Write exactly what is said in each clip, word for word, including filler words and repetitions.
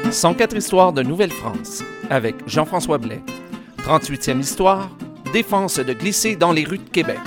cent quatre histoires de Nouvelle-France avec Jean-François Blais. trente-huitième histoire, défense de glisser dans les rues de Québec.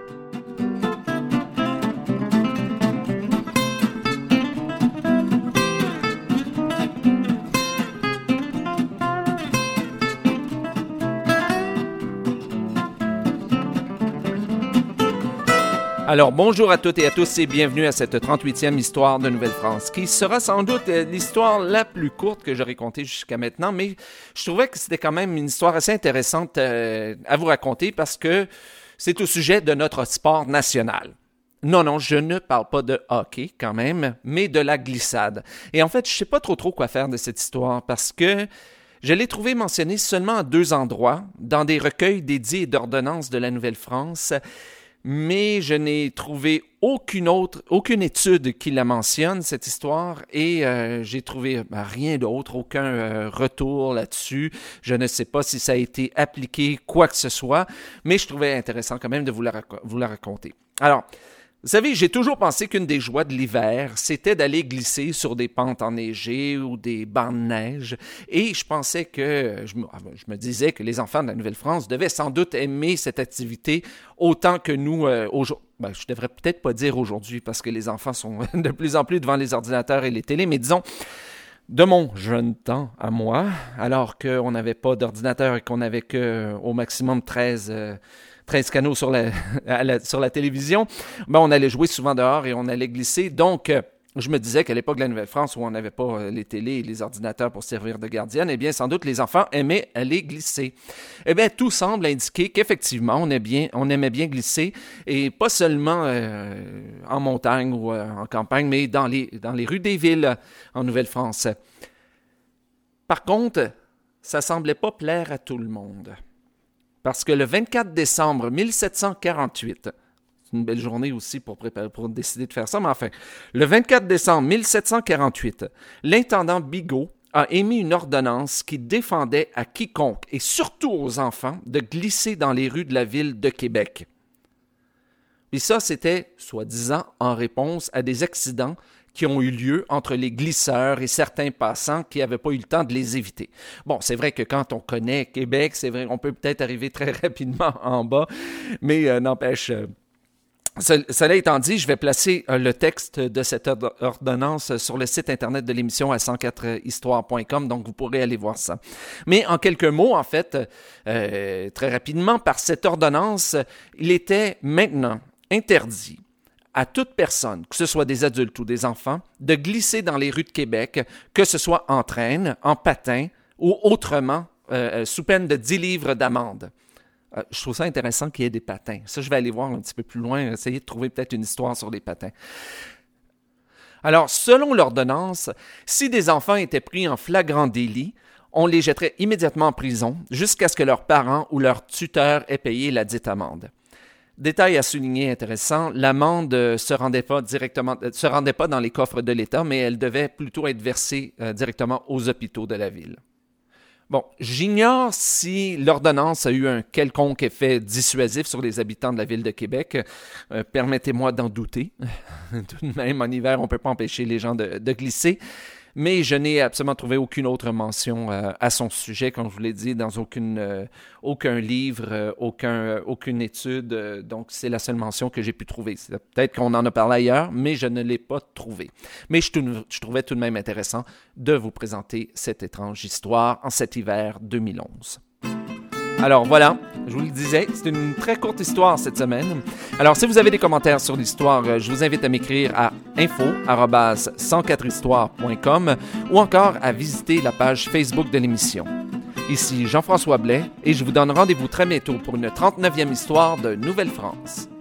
Alors, bonjour à toutes et à tous et bienvenue à cette trente-huitième histoire de Nouvelle-France, qui sera sans doute l'histoire la plus courte que j'aurais contée jusqu'à maintenant, mais je trouvais que c'était quand même une histoire assez intéressante euh, à vous raconter parce que c'est au sujet de notre sport national. Non, non, je ne parle pas de hockey quand même, mais de la glissade. Et en fait, je ne sais pas trop trop quoi faire de cette histoire parce que je l'ai trouvé mentionné seulement à deux endroits, dans des recueils dédiés d'ordonnances de la Nouvelle-France, mais je n'ai trouvé aucune autre, aucune étude qui la mentionne, cette histoire, et euh, j'ai trouvé ben, rien d'autre, aucun euh, retour là-dessus. Je ne sais pas si ça a été appliqué, quoi que ce soit, mais je trouvais intéressant quand même de vous la, rac- vous la raconter. Alors, vous savez, j'ai toujours pensé qu'une des joies de l'hiver, c'était d'aller glisser sur des pentes enneigées ou des bancs de neige. Et je pensais que, je me, je me disais que les enfants de la Nouvelle-France devaient sans doute aimer cette activité autant que nous euh, aujourd'hui. Ben, je devrais peut-être pas dire aujourd'hui parce que les enfants sont de plus en plus devant les ordinateurs et les télés, mais disons, de mon jeune temps à moi, alors qu'on n'avait pas d'ordinateur et qu'on n'avait qu'au maximum treize... Euh, treize canaux sur la, la, sur la télévision, ben on allait jouer souvent dehors et on allait glisser. Donc, euh, je me disais qu'à l'époque de la Nouvelle-France, où on n'avait pas euh, les télés et les ordinateurs pour servir de gardienne, eh bien, sans doute, les enfants aimaient aller glisser. Eh bien, tout semble indiquer qu'effectivement, on, est bien, on aimait bien glisser, et pas seulement euh, en montagne ou euh, en campagne, mais dans les, dans les rues des villes en Nouvelle-France. Par contre, ça semblait pas plaire à tout le monde. Parce que le vingt-quatre décembre mille sept cent quarante-huit, c'est une belle journée aussi pour, préparer, pour décider de faire ça, mais enfin, le vingt-quatre décembre mille sept cent quarante-huit, l'intendant Bigot a émis une ordonnance qui défendait à quiconque, et surtout aux enfants, de glisser dans les rues de la ville de Québec. Et ça, c'était, soi-disant, en réponse à des accidents qui ont eu lieu entre les glisseurs et certains passants qui n'avaient pas eu le temps de les éviter. Bon, c'est vrai que quand on connaît Québec, c'est vrai, on peut peut-être arriver très rapidement en bas, mais euh, n'empêche... Euh, Cela étant dit, je vais placer euh, le texte de cette ordonnance sur le site internet de l'émission à cent quatre histoire point com, donc vous pourrez aller voir ça. Mais en quelques mots, en fait, euh, très rapidement, par cette ordonnance, il était maintenant interdit à toute personne, que ce soit des adultes ou des enfants, de glisser dans les rues de Québec, que ce soit en traîne, en patin ou autrement, euh, sous peine de dix livres d'amende. Euh, je trouve ça intéressant qu'il y ait des patins. Ça, je vais aller voir un petit peu plus loin, essayer de trouver peut-être une histoire sur les patins. Alors, selon l'ordonnance, si des enfants étaient pris en flagrant délit, on les jetterait immédiatement en prison jusqu'à ce que leurs parents ou leurs tuteurs aient payé la dite amende. Détail à souligner intéressant, l'amende ne se rendait pas directement, se rendait pas dans les coffres de l'État, mais elle devait plutôt être versée euh, directement aux hôpitaux de la ville. Bon, j'ignore si l'ordonnance a eu un quelconque effet dissuasif sur les habitants de la ville de Québec. Euh, permettez-moi d'en douter. Tout de même, en hiver, on ne peut pas empêcher les gens de, de glisser. Mais je n'ai absolument trouvé aucune autre mention euh, à son sujet, comme je vous l'ai dit, dans aucune, euh, aucun livre, euh, aucun, euh, aucune étude. Euh, donc, c'est la seule mention que j'ai pu trouver. C'est, peut-être qu'on en a parlé ailleurs, mais je ne l'ai pas trouvé. Mais je, je trouvais tout de même intéressant de vous présenter cette étrange histoire en cet hiver deux mille onze. Alors voilà, je vous le disais, c'est une très courte histoire cette semaine. Alors si vous avez des commentaires sur l'histoire, je vous invite à m'écrire à info arobase cent quatre histoire point com ou encore à visiter la page Facebook de l'émission. Ici Jean-François Blais et je vous donne rendez-vous très bientôt pour une trente-neuvième histoire de Nouvelle-France.